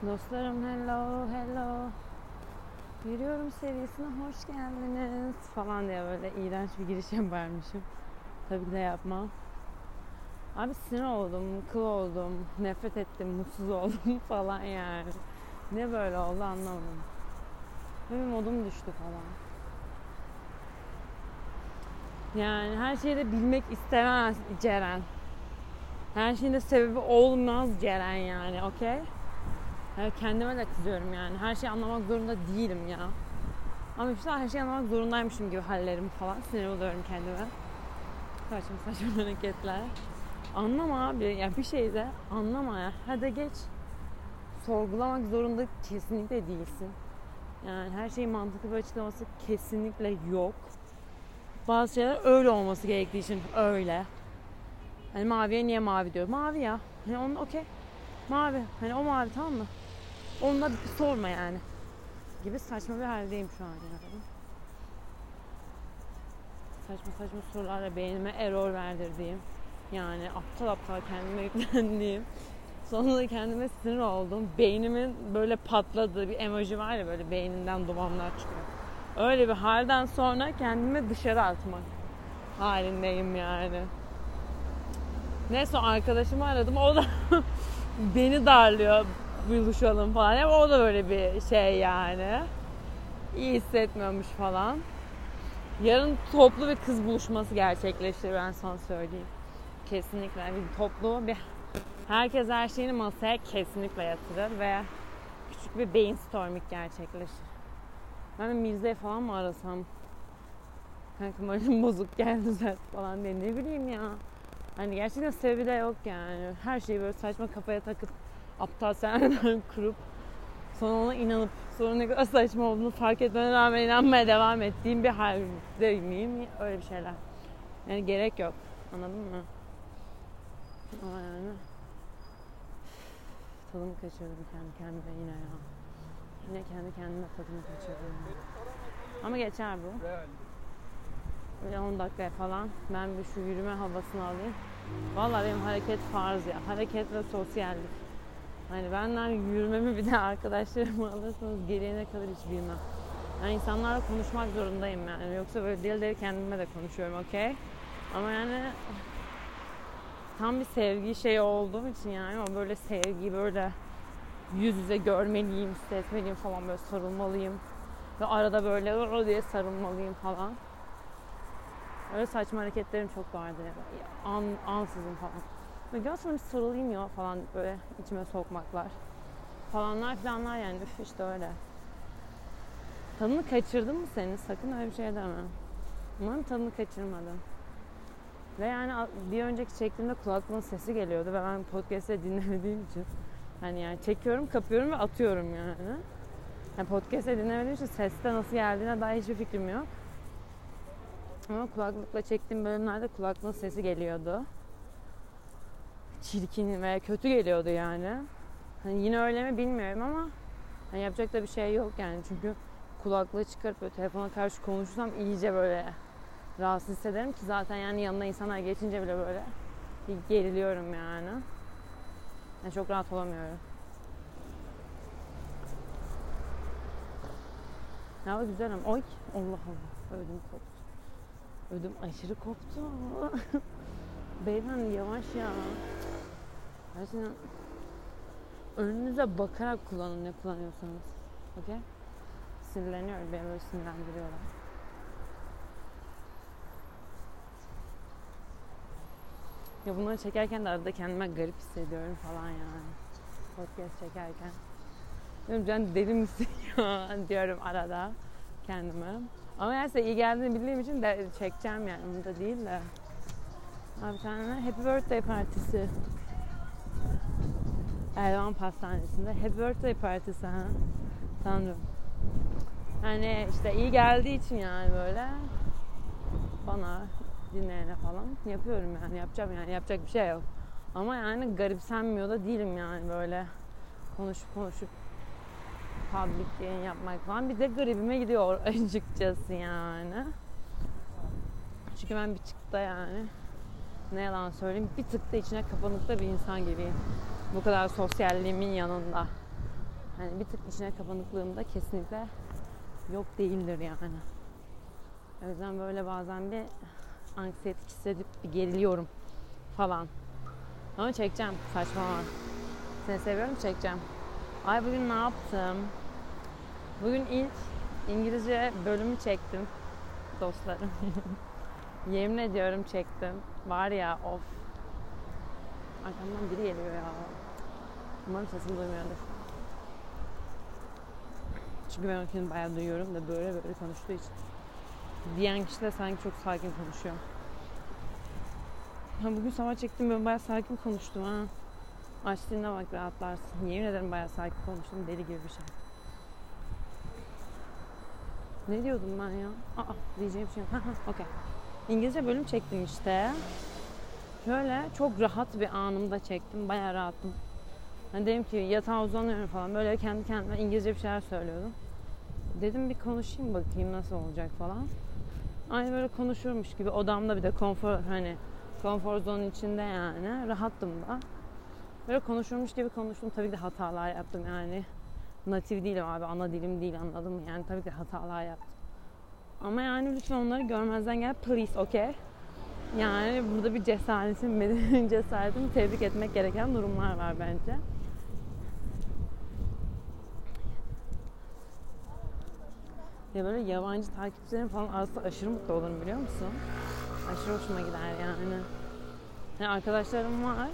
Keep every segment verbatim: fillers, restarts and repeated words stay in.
Dostlarım hello hello. Yürüyorum serisine hoş geldiniz falan diye böyle iğrenç bir giriş yaparmışım. Tabii ki de yapmam. Abi sinir oldum, kıl oldum, nefret ettim, mutsuz oldum falan yani. Ne böyle oldu anlamadım. Benim modum düştü falan. Yani her şeyi de bilmek istemez Ceren. Her şeyin de sebebi olmaz Ceren yani, okey? Yani kendime de kızıyorum yani. Her şeyi anlamak zorunda değilim ya. Ama işte her şeyi anlamak zorundaymışım gibi hallerim falan. Sinir oluyorum kendime. Saçma saçma hareketler. Anlama abi. Ya bir şey de anlama ya. Hadi geç. Sorgulamak zorunda kesinlikle değilsin. Yani her şeyin mantıklı bir açıklaması kesinlikle yok. Bazı şeyler öyle olması gerektiği için öyle. Hani maviye niye mavi diyor? Mavi ya. Hani onun okey. Mavi. Hani o mavi, tamam mı? Onunla bir sorma yani. Gibi saçma bir haldeyim şu an yani. Saçma saçma sorularla beynime error verdirdiğim, yani aptal aptal kendime yüklendiğim, sonunda kendime sinir oldum. Beynimin böyle patladığı bir emoji var ya, böyle beyninden dumanlar çıkıyor. Öyle bir halden sonra kendimi dışarı atmak halindeyim yani. Neyse arkadaşımı aradım, o da beni darlıyor, buluşalım falan. Ama o da böyle bir şey yani. İyi hissetmiyormuş falan. Yarın toplu bir kız buluşması gerçekleştir, ben sana söyleyeyim. Kesinlikle bir toplu bir, herkes her şeyini masaya kesinlikle yatırır ve küçük bir brainstorming gerçekleşir. Ben de Mirze'yi falan mı arasam? Kanka moralim bozuk, gel düzelt falan diye, ne bileyim ya. Hani gerçekten sebebi de yok yani. Her şeyi böyle saçma kafaya takıp aptal senaryolar kurup sonra ona inanıp sonra ne kadar saçma olduğunu fark etmene rağmen inanmaya devam ettiğim bir halde miyim? Öyle bir şeyler. Yani gerek yok. Anladın mı? Ama yani tadımı kaçırdım kendi kendime yine ya. Yine kendi kendime tadımı kaçırdım. Ama geçer bu. Böyle on dakikaya falan ben bir şu yürüme havasını alayım. Vallahi benim hareket farz ya. Hareket ve sosyallik. Hani benden yürümemi bir de arkadaşlarımı alırsanız gelene kadar hiç bilmem. Yani insanlarla konuşmak zorundayım yani. Yoksa böyle deli deli kendime de konuşuyorum, okey. Ama yani tam bir sevgi şeyi olduğum için yani, o böyle sevgiyi böyle yüz yüze görmeliyim, hissetmeliyim falan, böyle sarılmalıyım. Ve arada böyle o diye sarılmalıyım falan. Öyle saçma hareketlerim çok vardı ya. An, ansızın falan. Ve gerçekten bir sarılayım ya falan, böyle içime sokmaklar. Falanlar filanlar yani, üf işte öyle. Tadını kaçırdın mı senin? Sakın öyle bir şey deme. Umarım tadını kaçırmadım. Ve yani bir önceki çektiğimde kulaklığın sesi geliyordu ve ben podcast'te dinlemediğim için hani yani çekiyorum, kapıyorum ve atıyorum yani. Yani podcast'te dinlemediğim için seste nasıl geldiğine dair hiçbir fikrim yok. Ama kulaklıkla çektiğim bölümlerde kulaklığın sesi geliyordu. Çirkin ve kötü geliyordu yani. Hani yine öyle mi bilmiyorum ama hani yapacak da bir şey yok yani. Çünkü kulaklığı çıkarıp böyle telefona karşı konuşursam iyice böyle rahatsız hissederim ki zaten yani yanına insanlar geçince bile böyle bir geriliyorum yani. Yani çok rahat olamıyorum. Ya güzel ama oy Allah Allah, ödüm koptu. Ödüm aşırı koptu. Beyefendi yavaş ya. Gerçekten önünüze bakarak kullanın ne kullanıyorsanız. Okey? Sinirleniyorum, beni böyle sinirlendiriyorlar. Ya bunları çekerken de arada kendime garip hissediyorum falan yani. Podcast çekerken. Diyorum can deli misin ya diyorum arada kendime. Ama yani size iyi geldiğini bildiğim için de çekeceğim yani, onu da değil de. Abi bir tane Happy Birthday partisi. Erdoğan Pastanesi'nde. Happy Birthday partisi ha. Tanrım. Hani işte iyi geldiği için yani böyle bana, dinleyene falan yapıyorum yani, yapacağım yani, yapacak bir şey yok. Ama yani garipsenmiyor da değilim yani, böyle konuşup konuşup public yayın yapmak falan bir de garibime gidiyor açıkçası yani. Çünkü ben bir tık yani, ne yalan söyleyeyim, bir tık da içine kapanık da bir insan gibiyim. Bu kadar sosyalliğimin yanında. Hani bir tık içine kapanıklığım da kesinlikle yok değildir yani. O yüzden böyle bazen bir anksiyete hissedip bir geriliyorum falan. Ama çekeceğim, saçmalama. Seni seviyorum, çekeceğim. Ay bugün ne yaptım? Bugün ilk İngilizce bölümü çektim dostlarım. Yemin ediyorum çektim. Var ya of. Arkamdan biri geliyor ya. Umarım sesimi duymuyordur. Çünkü ben onu bayağı duyuyorum da böyle böyle konuştuğu için. Diyen kişi de sanki çok sakin konuşuyor. Ha, bugün sabah çektim, ben bayağı sakin konuştum ha. Açtığında bak rahatlarsın. Yemin ederim bayağı sakin konuştum. Deli gibi bir şey. Ne diyordum ben ya? Aa diyeceğim şey yok. Ha ha okey. İngilizce bölüm çektim işte. Şöyle çok rahat bir anımda çektim. Bayağı rahattım. Hani dedim ki yatağa uzanıyorum falan. Böyle kendi kendime İngilizce bir şeyler söylüyordum. Dedim bir konuşayım bakayım nasıl olacak falan. Aynı böyle konuşurmuş gibi odamda bir de konfor hani konfor zonun içinde yani. Rahattım da. Böyle konuşurmuş gibi konuştum. Tabii ki de hatalar yaptım yani. Natif değilim abi. Ana dilim değil, anladın mı? Yani tabii ki de hatalar yaptım. Ama yani lütfen onları görmezden gel. Please, okay? Yani burada bir cesaretim, benim cesaretimi tebrik etmek gereken durumlar var bence. Ya böyle yabancı takipçilerim falan arası aşırı mutlu olurum, biliyor musun? Aşırı hoşuma gider yani. Yani arkadaşlarım var.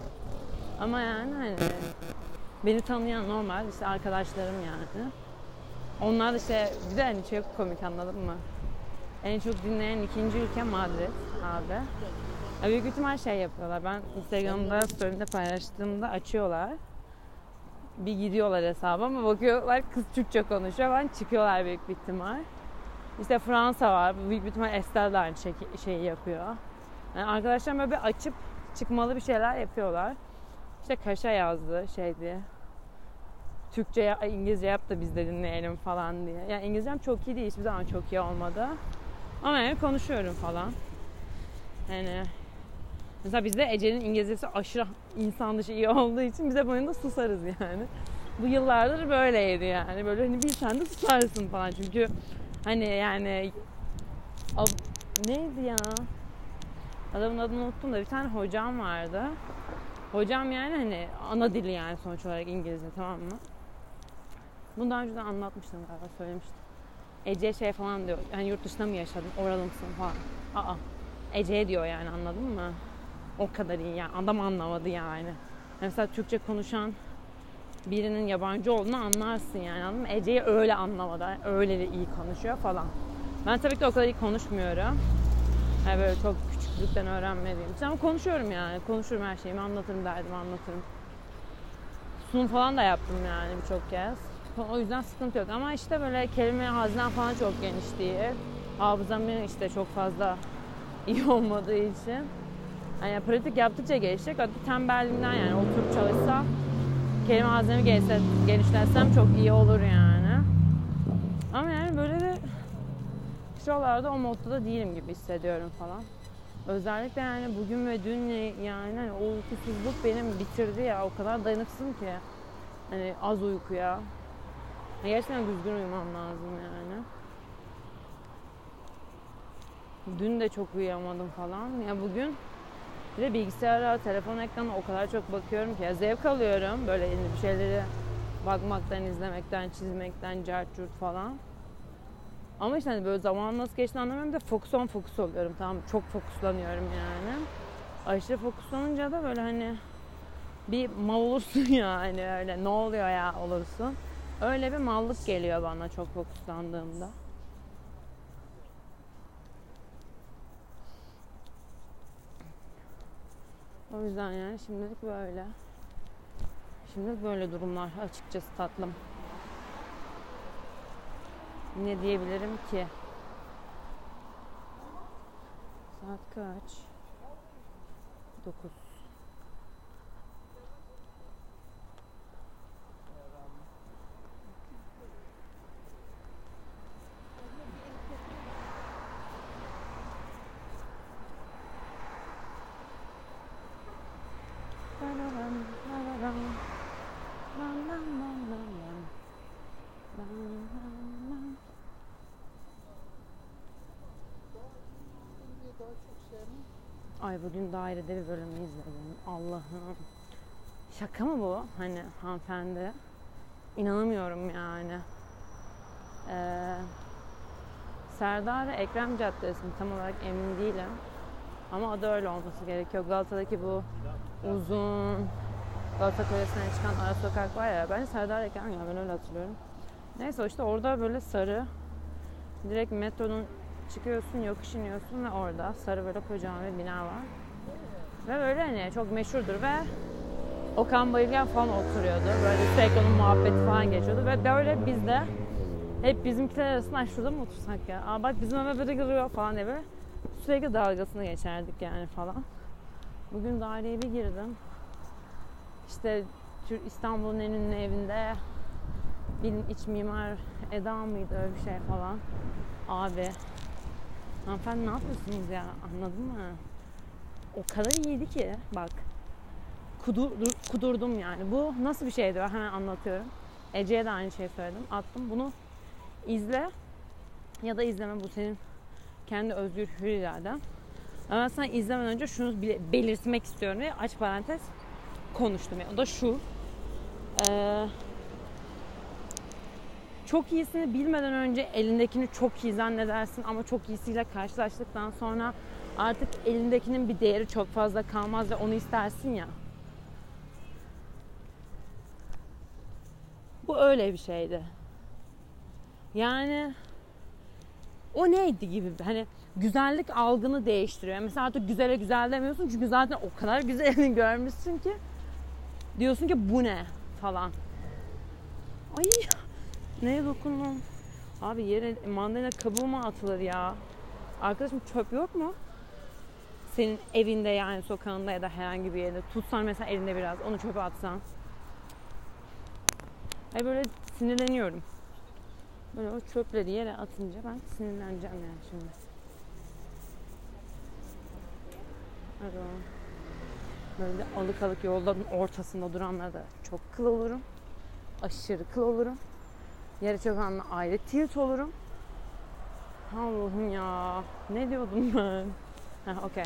Ama yani hani beni tanıyan normal işte arkadaşlarım yani. Onlar da işte bir de hani çok komik, anladın mı? En çok dinleyen ikinci ülke Madrid abi. Ya büyük ihtimal şey yapıyorlar. Ben Instagram'da story'imde paylaştığımda açıyorlar. Bir gidiyorlar hesaba ama bakıyorlar kız Türkçe konuşuyor. Ben çıkıyorlar büyük bir ihtimal. İşte Fransa var. Büyük bir ihtimal Estelle de aynı şey, şeyi yapıyor. Yani arkadaşlar böyle bir açıp çıkmalı bir şeyler yapıyorlar. İşte Kaşa yazdı şeydi. Türkçe, İngilizce yap da biz de dinleyelim falan diye. Yani İngilizcem çok iyi değil. Hiçbir zaman çok iyi olmadı. Ama yani konuşuyorum falan. Yani mesela bizde Ece'nin İngilizcesi aşırı insan dışı iyi olduğu için bize boyunda susarız yani. Bu yıllardır böyleydi yani. Böyle hani bir sen de susarsın falan. Çünkü hani yani ab, neydi ya? Adamın adını unuttum da bir tane hocam vardı. Hocam yani hani ana dili yani sonuç olarak İngilizce, tamam mı? Bunu daha önceden anlatmıştım galiba, söylemiştim. Ece şey falan diyor. Yani yurt dışında mı yaşadın? Oralı mısın falan. Aa. Ece diyor yani, anladın mı? O kadar iyi yani. Adam anlamadı yani. Mesela Türkçe konuşan birinin yabancı olduğunu anlarsın yani, anladın mı? Ece'yi öyle anlamadı. Öyle de iyi konuşuyor falan. Ben tabii ki o kadar iyi konuşmuyorum. Yani böyle çok küçüklükten öğrenmediğim için. Ama konuşuyorum yani. Konuşurum, her şeyimi anlatırım, derdimi anlatırım. Sunum falan da yaptım yani birçok kez. O yüzden sıkıntı yok. Ama işte böyle kelime hazinem falan çok geniş değil. Hafızam işte çok fazla iyi olmadığı için. Yani pratik yaptıkça gelişecek. Hatta tembelliğinden yani oturup çalışsam, kelime hazinemi genişletsem çok iyi olur yani. Ama yani böyle de şuralarda o modda da değilim gibi hissediyorum falan. Özellikle yani bugün ve dün yani hani o uykusuzluk benim bitirdi ya. O kadar dayanıksızım ki. Hani az uykuya. Gerçekten düzgün uyumam lazım yani. Dün de çok uyuyamadım falan. Ya bugün bir de bilgisayara, telefon ekranına o kadar çok bakıyorum ki. Ya zevk alıyorum böyle bir şeyleri bakmaktan, izlemekten, çizmekten, cart curt falan. Ama işte hani böyle zaman nasıl geçtiğini anlamıyorum da fokus on fokus oluyorum, tamam, çok fokuslanıyorum yani. Aşırı fokuslanınca da böyle hani bir mal olursun ya, hani öyle ne oluyor ya olursun. Öyle bir mallık geliyor bana çok fokuslandığımda. O yüzden yani şimdilik böyle. Şimdilik böyle durumlar açıkçası tatlım. Ne diyebilirim ki? Saat kaç? dokuz. Ay bugün dairede bir bölümü izledim. Allah'ım. Şaka mı bu? Hani hanımefendi. İnanamıyorum yani. Ee, Serdar Ekrem Caddesi tam olarak emin değilim. Ama adı öyle olması gerekiyor. Galata'daki bu uzun Galata Kulesi'ne çıkan ara sokak var ya. Bence Serdar Ekrem ya, ben öyle hatırlıyorum. Neyse işte orada böyle sarı, direkt metronun çıkıyorsun, yokuş iniyorsun ve orada sarı böyle kocaman bir bina var. Ve böyle hani çok meşhurdur ve Okan Bayülgen falan oturuyordu. Böyle sürekli onun muhabbeti falan geçiyordu ve böyle biz de hep bizimkiler arasında şurada mı otursak ya? Aa bak bizim eve biri giriyor falan diye böyle sürekli dalgasını geçerdik yani falan. Bugün daireye bir girdim. İşte İstanbul'un en ünlü evinde bilim iç mimar Eda mıydı öyle bir şey falan. Abi hanımefendi ne yapıyorsunuz ya, anladın mı? O kadar iyiydi ki bak kudur, kudurdum yani. Bu nasıl bir şeydi, ben hemen anlatıyorum. Ece'ye de aynı şeyi söyledim, attım. Bunu izle ya da izleme, bu senin kendi özgür hür iraden. Ama ben sana izlemeden önce şunu belirtmek istiyorum diye aç parantez konuştum. Yani o da şu. Ee, çok iyisini bilmeden önce elindekini çok iyi zannedersin ama çok iyisiyle karşılaştıktan sonra artık elindekinin bir değeri çok fazla kalmaz ve onu istersin ya. Bu öyle bir şeydi. Yani o neydi gibi, hani güzellik algını değiştiriyor. Mesela artık güzele güzel demiyorsun çünkü zaten o kadar güzelini görmüşsün ki diyorsun ki bu ne falan. Ay neye dokundum? Abi yere mandalina kabuğu mu atılır ya? Arkadaşım çöp yok mu? Senin evinde yani sokağında ya da herhangi bir yerde tutsan mesela elinde biraz onu çöpe atsan. Ay böyle sinirleniyorum. Böyle o çöpleri yere atınca ben sinirleneceğim yani şimdi. Hadi o. Böyle alık alık yolların ortasında duranlarda çok kıl olurum. Aşırı kıl olurum. Yere çöpenle ayrı tilt olurum. Allah'ım ya. Ne diyordum ben? Ha okey.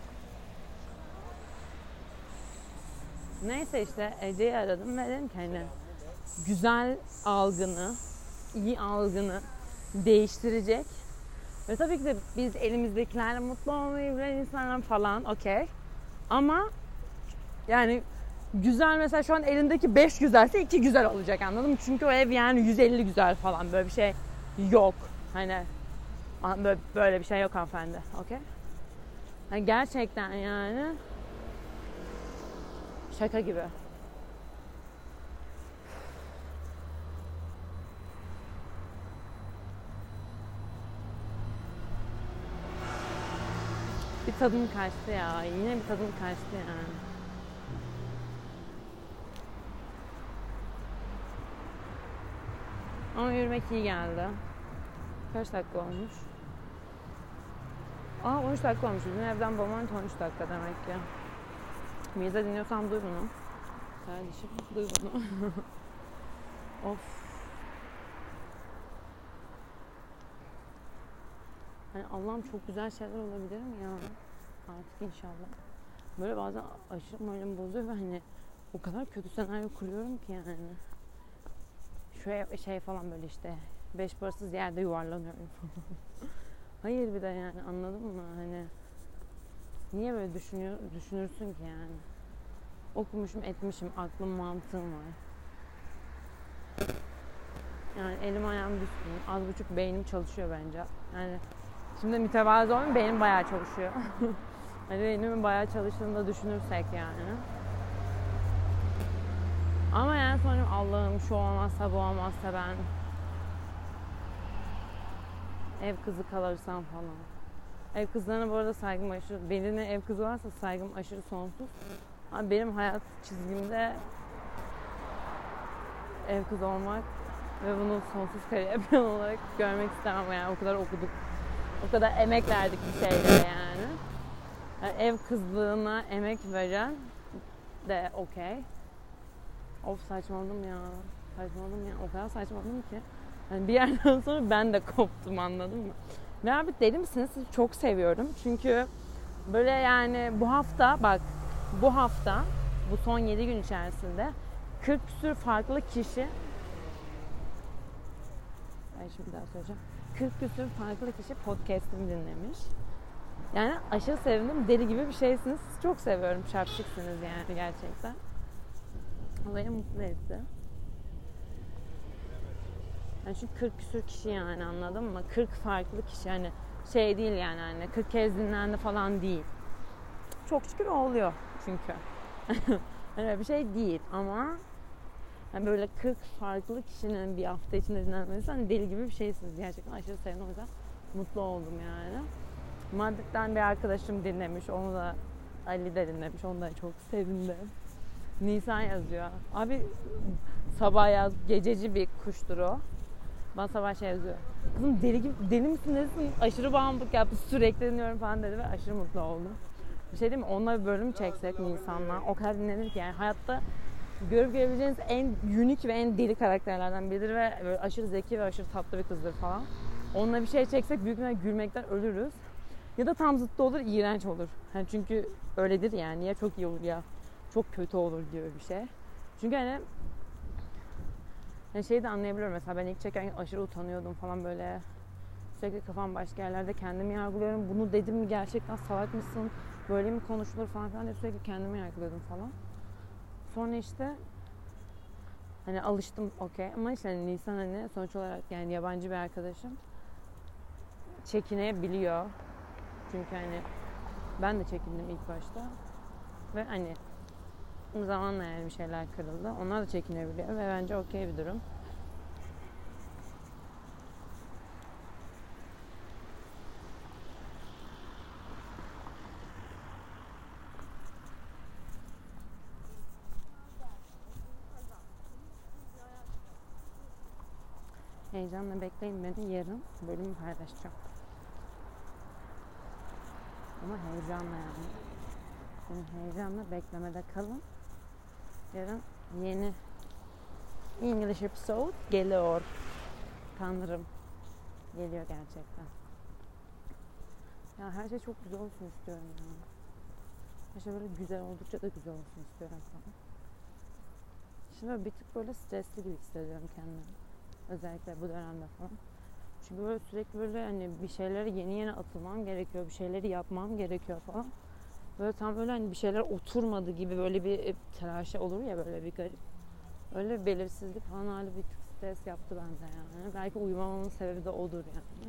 Neyse işte Ece'yi aradım ve dedim ki hani güzel algını, iyi algını değiştirecek. Ve tabii ki de biz elimizdekilerle mutlu olmayı bilen insanlar falan okey. Ama yani güzel, mesela şu an elindeki beş güzelse iki güzel olacak, anladın mı? Çünkü o ev yani yüz elli güzel falan, böyle bir şey yok. Hani böyle, böyle bir şey yok hanımefendi. Okey? Yani gerçekten yani şaka gibi. Bir tadım kaçtı ya. Yine bir tadım kaçtı yani. Ama yürümek iyi geldi. Kaç dakika olmuş? Aa on üç dakika olmuş. Bizim evden babamın on üç dakika demek ki. Mirza dinliyorsan duy bunu. Kardeşim duy bunu. Of. Hani Allah'ım çok güzel şeyler olabilir mi ya? Artık inşallah. Böyle bazen aşırı moralim bozuyor ve hani o kadar kötü senaryo kuruyorum ki yani. Şuraya şey falan böyle işte beş parasız yerde yuvarlanıyorum falan. Hayır bir de yani, anladın mı? Hani niye böyle düşünüyor, düşünürsün ki yani? Okumuşum etmişim, aklım mantığım var. Yani elim ayağım düzgün, az buçuk beynim çalışıyor bence. Yani şimdi mütevazı olmayayım, beynim bayağı çalışıyor. Hani beynimin bayağı çalıştığını da düşünürsek yani. Ama yani sonra Allah'ım şu olmazsa bu olmazsa ben ev kızı kalırsam falan. Ev kızlarına bu arada saygım aşırı. Birine ev kızı varsa saygım aşırı sonsuz. Ama benim hayat çizgimde ev kızı olmak ve bunu sonsuz kariyer plan olarak görmek istemem yani. O kadar okuduk, o kadar emek verdik bir şeylere yani. Yani ev kızlığına emek veren de okey. Of saçmaladım ya. Saçmaladım ya. O kadar saçmaladım ki. Yani bir yerden sonra ben de koptum, anladın mı? Ve abi deli misiniz? Sizi çok seviyorum. Çünkü böyle yani bu hafta bak bu hafta bu son yedi gün içerisinde kırk küsur farklı kişi ben şimdi daha söyleyeceğim. kırk küsur farklı kişi podcast'imi dinlemiş. Yani aşırı sevindim. Deli gibi bir şeysiniz. Sizi çok seviyorum. Şapşıksınız yani gerçekten. Olayı mutlu etti. Yani çünkü kırk küsur kişi yani, anladın mı? kırk farklı kişi, hani şey değil yani, hani kırk kez dinlendi falan değil. Çok şükür oluyor çünkü. Öyle bir şey değil ama yani böyle kırk farklı kişinin bir hafta içinde dinlenmesi hani deli gibi bir şeysiniz. Gerçekten aşırı sevdim, o yüzden mutlu oldum yani. Madrid'den bir arkadaşım dinlemiş, onu da Ali de dinlemiş, onu da çok sevindim. Nisan yazıyor. Abi sabah yaz, gececi bir kuştur o. Bana sabah şey yazıyor. Kızım deli gibi, deli misin nesin? Aşırı bağımlılık yaptı, sürekli dinliyorum falan dedi ve aşırı mutlu oldum. Bir şey diyeyim mi? Onunla bir bölüm çeksek Nisan'la. O kadar dinlenir ki yani, hayatta görüp görebileceğiniz en unik ve en deli karakterlerden biridir ve böyle aşırı zeki ve aşırı tatlı bir kızdır falan. Onunla bir şey çeksek büyük ihtimalle gülmekten ölürüz. Ya da tam zıttı olur, iğrenç olur. Yani çünkü öyledir yani. Ya çok iyi olur ya çok kötü olur gibi bir şey. Çünkü hani yani şeyi de anlayabiliyorum. Mesela ben ilk çekerken aşırı utanıyordum falan böyle. Sürekli kafam başka yerlerde, kendimi yargılıyorum. Bunu dedim mi gerçekten, salak mısın? Böyle mi konuşulur falan filan diye sürekli kendimi yargılıyordum falan. Sonra işte hani alıştım, okey. Ama işte hani Nisan hani sonuç olarak yani yabancı bir arkadaşım. Çekinebiliyor. Çünkü hani ben de çekindim ilk başta. Ve hani zamanla yani bir şeyler kırıldı. Onlar da çekinebiliyor ve bence okey bir durum. Heyecanla bekleyin beni, yarın bölümü paylaşacağım. Ama heyecanla yani. Yani heyecanla beklemede kalın. Yarın yeni English episode geliyor. Tanrım. Geliyor gerçekten. Ya her şey çok güzel olsun istiyorum ya. Her şey böyle güzel oldukça da güzel olsun istiyorum falan. Şimdi bir tık böyle stresli gibi hissediyorum kendimi. Özellikle bu dönemde falan. Çünkü böyle sürekli böyle hani bir şeylere yeni yeni atılmam gerekiyor. Bir şeyleri yapmam gerekiyor falan. Böyle tam böyle hani bir şeyler oturmadı gibi böyle bir telaşa olur ya, böyle bir garip. Öyle bir belirsizlik falan hali bir tık stres yaptı bende yani. Belki uyumamamın sebebi de odur yani.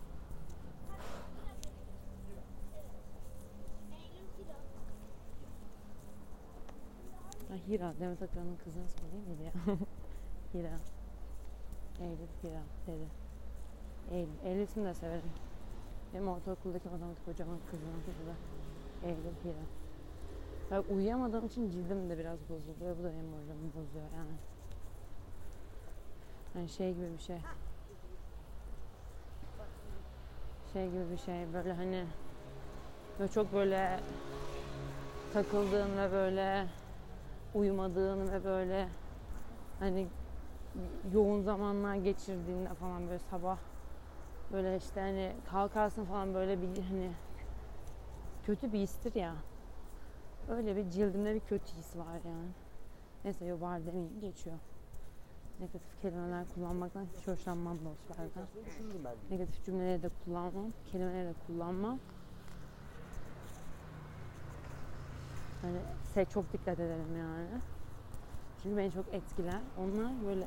Ha, Hira, Demet Akalın'ın kızının ismi değil miydi ya? Hira. Eylül Hira dedi. Eylül. Eylül ismini de severim. Benim ortaokuldaki matematik hocamın kızının kızı da Eylül Hira. Ya uyuyamadığım için cildim de biraz bozuluyor. Bu da benim moralimi bozuyor yani. Yani şey gibi bir şey. Şey gibi bir şey. Böyle hani böyle çok böyle takıldığın ve böyle uyumadığın ve böyle hani yoğun zamanlar geçirdiğinde falan böyle sabah böyle işte hani kalkarsın falan böyle bir hani kötü bir histir ya. Öyle bir cildimde bir kötü his var yani. Neyse yo var demeyeyim, geçiyor. Negatif kelimeler kullanmaktan hiç hoşlanmam dostlardan. Negatif cümleleri de kullanmam, kelimeleri de kullanmam. Hani size çok dikkat edelim yani. Çünkü beni çok etkiler. Onlar böyle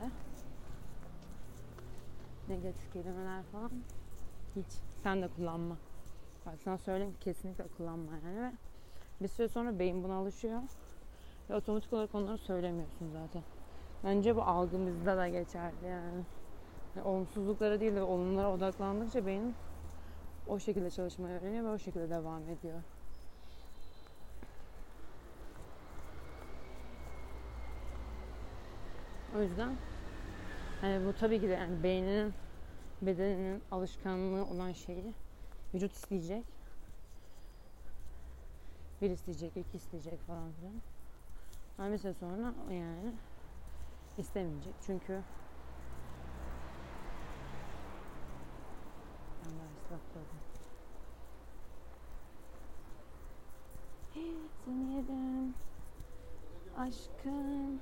negatif kelimeler falan hiç sen de kullanma. Bak sana söyleyeyim, kesinlikle kullanma yani. Ve bir süre sonra beyin buna alışıyor. Ve otomatik olarak onları söylemiyorsun zaten. Bence bu algımızda da geçerli yani. yani olumsuzluklara değil de olumlara odaklandıkça beyin o şekilde çalışmayı öğreniyor ve o şekilde devam ediyor. O yüzden hani bu tabii ki de yani beyninin, bedeninin alışkanlığı olan şeyi vücut isteyecek. Bir isteyecek, iki isteyecek falan filan. Ama bir süre sonra yani istemeyecek. Çünkü aşkım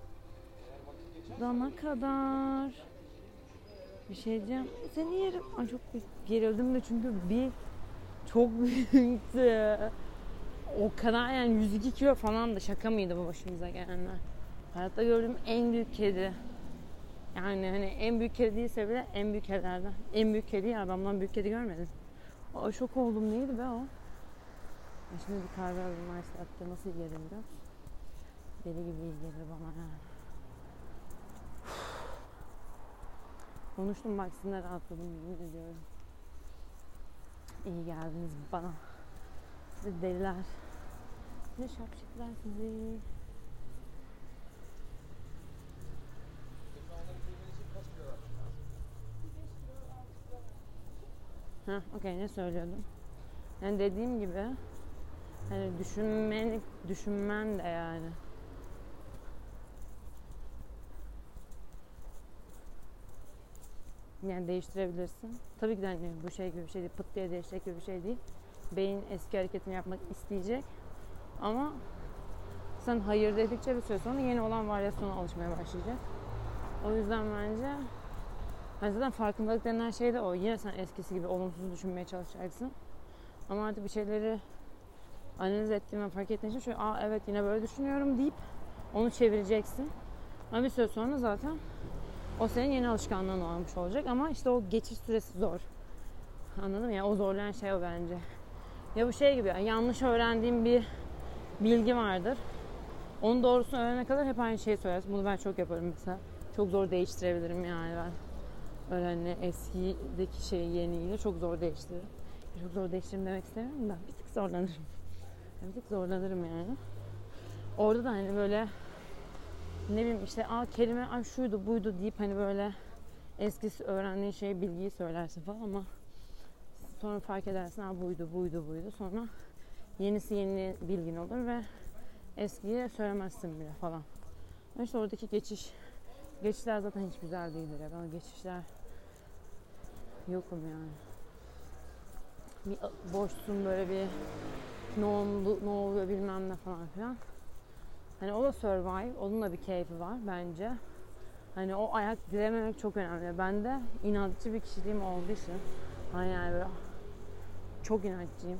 dana kadar. Bir şey diyeceğim. Seni yerim. Ay çok gerildim de çünkü bir çok büyüktü. O kadar yani yüz iki kilo falan da şaka mıydı bu başımıza gelenler? Hayatta gördüğüm en büyük kedi. Yani hani en büyük kedi değilse bile en büyük kedilerden. En büyük kedi ya, ben bundan büyük kedi görmedim. Aa, şok oldum, neydi be o? Ya şimdi bir kahve alayım, ice latte nasıl iyi gelir biliyor musun? Deli gibi iyi gelir bana yani. Konuştum bak, sizinle rahatladım, yemin ediyorum. İyi geldiniz bana. Siz deliler. Ne şapşikler sizi. Heh, okey, ne söylüyordum? Yani dediğim gibi hani düşünmen, düşünmen de yani. Yani değiştirebilirsin. Tabii ki de hani bu şey gibi bir şey değil, pıt diye değişecek gibi bir şey değil. Beyin eski hareketini yapmak isteyecek. Ama sen hayır dedikçe bir süre sonra yeni olan varyasyona alışmaya başlayacak. O yüzden bence yani zaten farkındalık denen şey de o. Yine sen eskisi gibi olumsuz düşünmeye çalışacaksın. Ama artık bir şeyleri analiz ettiğin ve fark ettiğin için şöyle, aa evet yine böyle düşünüyorum deyip onu çevireceksin. Ama bir süre sonra zaten o senin yeni alışkanlığın olmuş olacak. Ama işte o geçiş süresi zor. Anladın mı? Yani o zorlayan şey o bence. Ya bu şey gibi, yani yanlış öğrendiğim bir bilgi vardır. Onun doğrusunu öğrenene kadar hep aynı şeyi söylersin. Bunu ben çok yaparım mesela. Çok zor değiştirebilirim yani ben. Öyle hani eskideki şeyi yeniyle çok zor değiştiririm. Çok zor değiştiririm demek istemiyorum da bir tık zorlanırım. Bir tık zorlanırım yani. Orada da hani böyle ne bileyim işte aa kelime ay şuydu buydu deyip hani böyle eskisi öğrendiğin şeyi, bilgiyi söylersin falan ama sonra fark edersin aa buydu buydu buydu, sonra yenisi yeni bilgin olur ve eskiyi söylemezsin bile falan. İşte oradaki geçiş geçişler zaten hiç güzel değildir ya. Ben geçişler yokum yani. Bir boşsun böyle, bir ne oldu, ne oluyor bilmem ne falan filan. Hani o da survive, onun da bir keyfi var bence. Hani o ayak dirememek çok önemli. Ben de inatçı bir kişiliğim olduğu için hani yani böyle çok inatçıyım.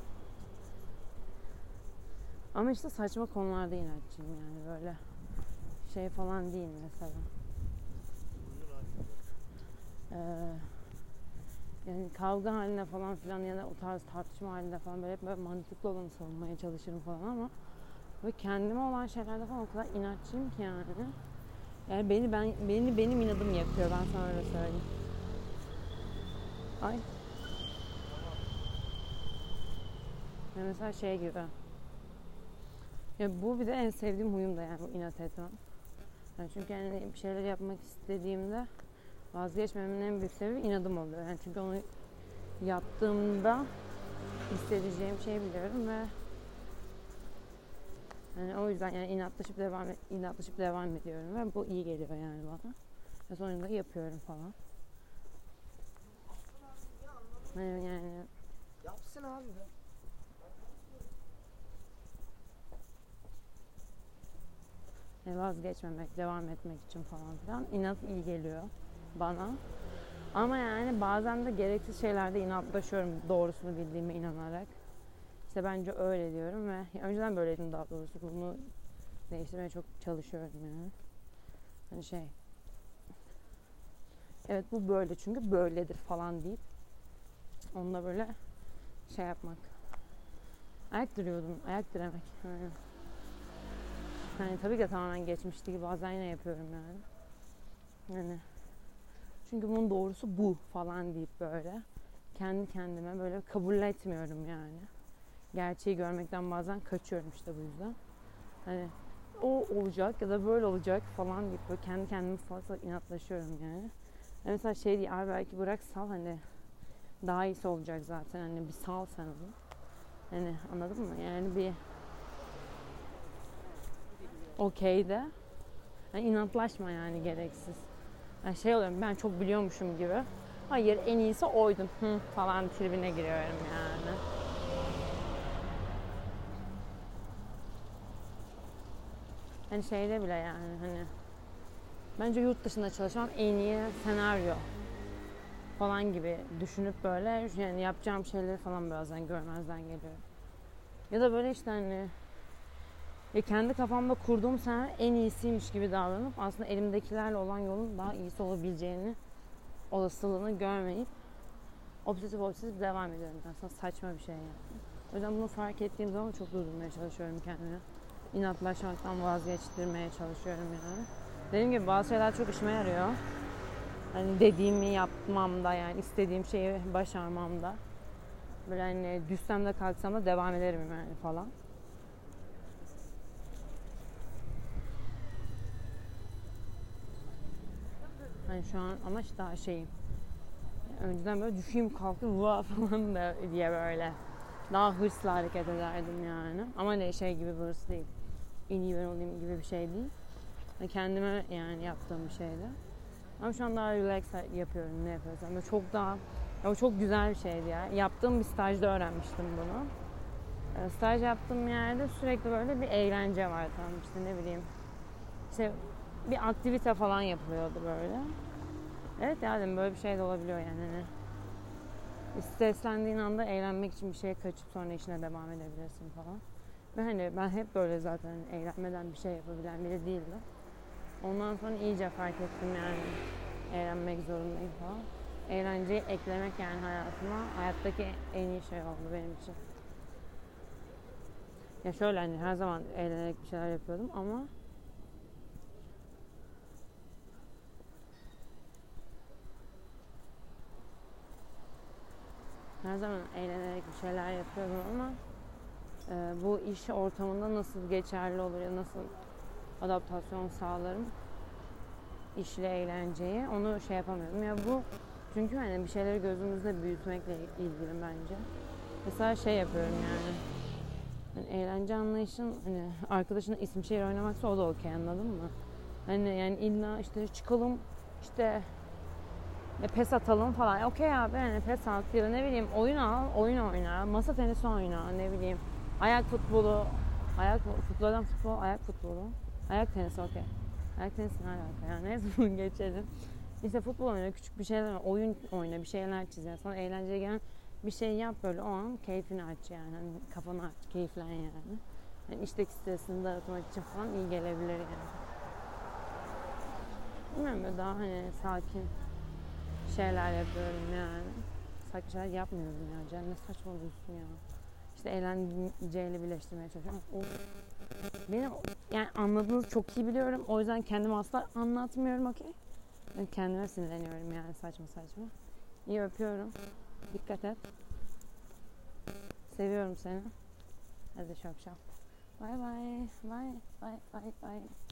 Ama işte saçma konularda inatçıyım yani, böyle şey falan değil mesela. Ee, yani kavga haline falan filan ya da o tarz tartışma halinde falan böyle hep böyle mantıklı olanı savunmaya çalışırım falan ama böyle kendime olan şeylerde falan o kadar inatçıyım ki yani. Yani beni ben beni benim inadım yakıyor, ben sana öyle söyleyeyim. Ay. Yani mesela şey gibi. Ya bu bir de en sevdiğim huyum da yani, bu inat etmem. Yani çünkü yani bir şeyler yapmak istediğimde vazgeçmemin en büyük sebebi inadım oluyor. Yani çünkü onu yaptığımda hissedeceğim şeyi biliyorum ve yani o yüzden yani inatlaşıp devam inatlaşıp devam ediyorum ve bu iyi geliyor yani bana. Ve sonunda yapıyorum falan. Yani, yani yapsın abi be. Yani vazgeçmemek, devam etmek için falan filan inat iyi geliyor bana. Ama yani bazen de gereksiz şeylerde inatlaşıyorum doğrusunu bildiğime inanarak. İşte bence öyle diyorum ve önceden böyleydim daha doğrusu. Bunu değiştirmeye çok çalışıyorum yani. Hani şey, evet bu böyle çünkü böyledir falan deyip onunla böyle şey yapmak. Ayak diriyordum, ayak diremek. Yani, yani tabii ki tamamen geçmişti gibi bazen yine yapıyorum yani. Yani çünkü bunun doğrusu bu falan deyip böyle kendi kendime böyle kabul etmiyorum yani. Gerçeği görmekten bazen kaçıyorum işte bu yüzden. Hani o olacak ya da böyle olacak falan deyip böyle kendi kendime fazla inatlaşıyorum yani. Yani mesela şey diye abi belki bırak sal, hani daha iyisi olacak zaten, hani bir sal sen onu. Hani anladın mı? Yani bir okey de yani inatlaşma yani gereksiz. Yani şey oluyorum, ben çok biliyormuşum gibi. Hayır en iyisi oydun hı falan tribine giriyorum yani. hani şeyde bile yani hani bence yurt dışında çalışmam en iyi senaryo falan gibi düşünüp böyle yani yapacağım şeyleri falan bazen görmezden geliyorum. Ya da böyle işte hani ya kendi kafamda kurduğum senaryo en iyisiymiş gibi davranıp aslında elimdekilerle olan yolun daha iyisi olabileceğini, olasılığını görmeyip obsesif obsesif devam ediyorum. Aslında saçma bir şey yani. O yüzden bunu fark ettiğim zaman çok durdurmaya çalışıyorum kendimi. İnatlaşmaktan vazgeçtirmeye çalışıyorum yani. Dediğim gibi bazı şeyler çok işime yarıyor. Hani dediğimi yapmamda yani istediğim şeyi başarmamda. Böyle hani düşsem de kalksam da devam ederim yani falan. Hani şu an ama işte daha şeyim. Yani önceden böyle düşeyim kalkayım vaa falan da diye böyle. Daha hırsla hareket ederdim yani. Ama ne şey gibi bir hırs değil. En iyi ben olayım gibi bir şey değil. Yani kendime yani yaptığım bir şeydi. Ama şu an daha relax yapıyorum ne yapıyorsam. Böyle çok daha, ya çok güzel bir şeydi ya. Yaptığım bir stajda öğrenmiştim bunu. E, staj yaptığım yerde sürekli böyle bir eğlence var tamam işte ne bileyim. İşte bir aktivite falan yapılıyordu böyle. Evet ya dedim böyle bir şey de olabiliyor yani. Hani streslendiğin anda eğlenmek için bir şeye kaçıp sonra işine devam edebilirsin falan. Ve hani ben hep böyle zaten eğlenmeden bir şey yapabilen biri değildim. Ondan sonra iyice fark ettim yani eğlenmek zorundayım falan. Eğlenceyi eklemek yani hayatıma hayattaki en iyi şey oldu benim için. Ya şöyle hani her zaman eğlenerek bir şeyler yapıyordum ama her zaman eğlenerek bir şeyler yapıyordum ama e, bu iş ortamında nasıl geçerli olur ya nasıl adaptasyon sağlarım işle eğlenceyi onu şey yapamıyorum. Ya bu çünkü hani bir şeyleri gözümüzde büyütmekle ilgili bence. Mesela şey yapıyorum yani. Yani eğlence anlayışın hani arkadaşının isim şehir oynamaksa o da okey anladın mı? Hani yani illa işte çıkalım işte ya pes atalım falan. E, okey abi yani pes at ya da ne bileyim oyun al, oyun oyna, masa tenisi oyna, ne bileyim ayak futbolu, ayak futboldan futbol, ayak futbolu, ayak tenisi okey. Ayak tenisi ne alaka yani neyse bunu geçelim. İşte futbol oyna, küçük bir şeyler oyun oyna, bir şeyler çiz yani sana eğlenceli gelen bir şey yap böyle o an keyfini aç yani hani kafanı aç, keyiflen yani. Yani işteki stresini dağıtmak için falan iyi gelebilir yani. Bilmiyorum böyle daha hani sakin şeyler yapıyorum yani. Saçma şeyler yapmıyorum ya. Can ne saçmalıyorsun ya. İşte eğlenceyle birleştirmeye çalışıyorum. Of. Benim yani anladığınızı çok iyi biliyorum. O yüzden kendimi asla anlatmıyorum okey. Ben kendime sinirleniyorum yani saçma saçma. İyi öpüyorum. Dikkat et. Seviyorum seni. Hadi şap şap. Bye bye. Bye bye bye bye.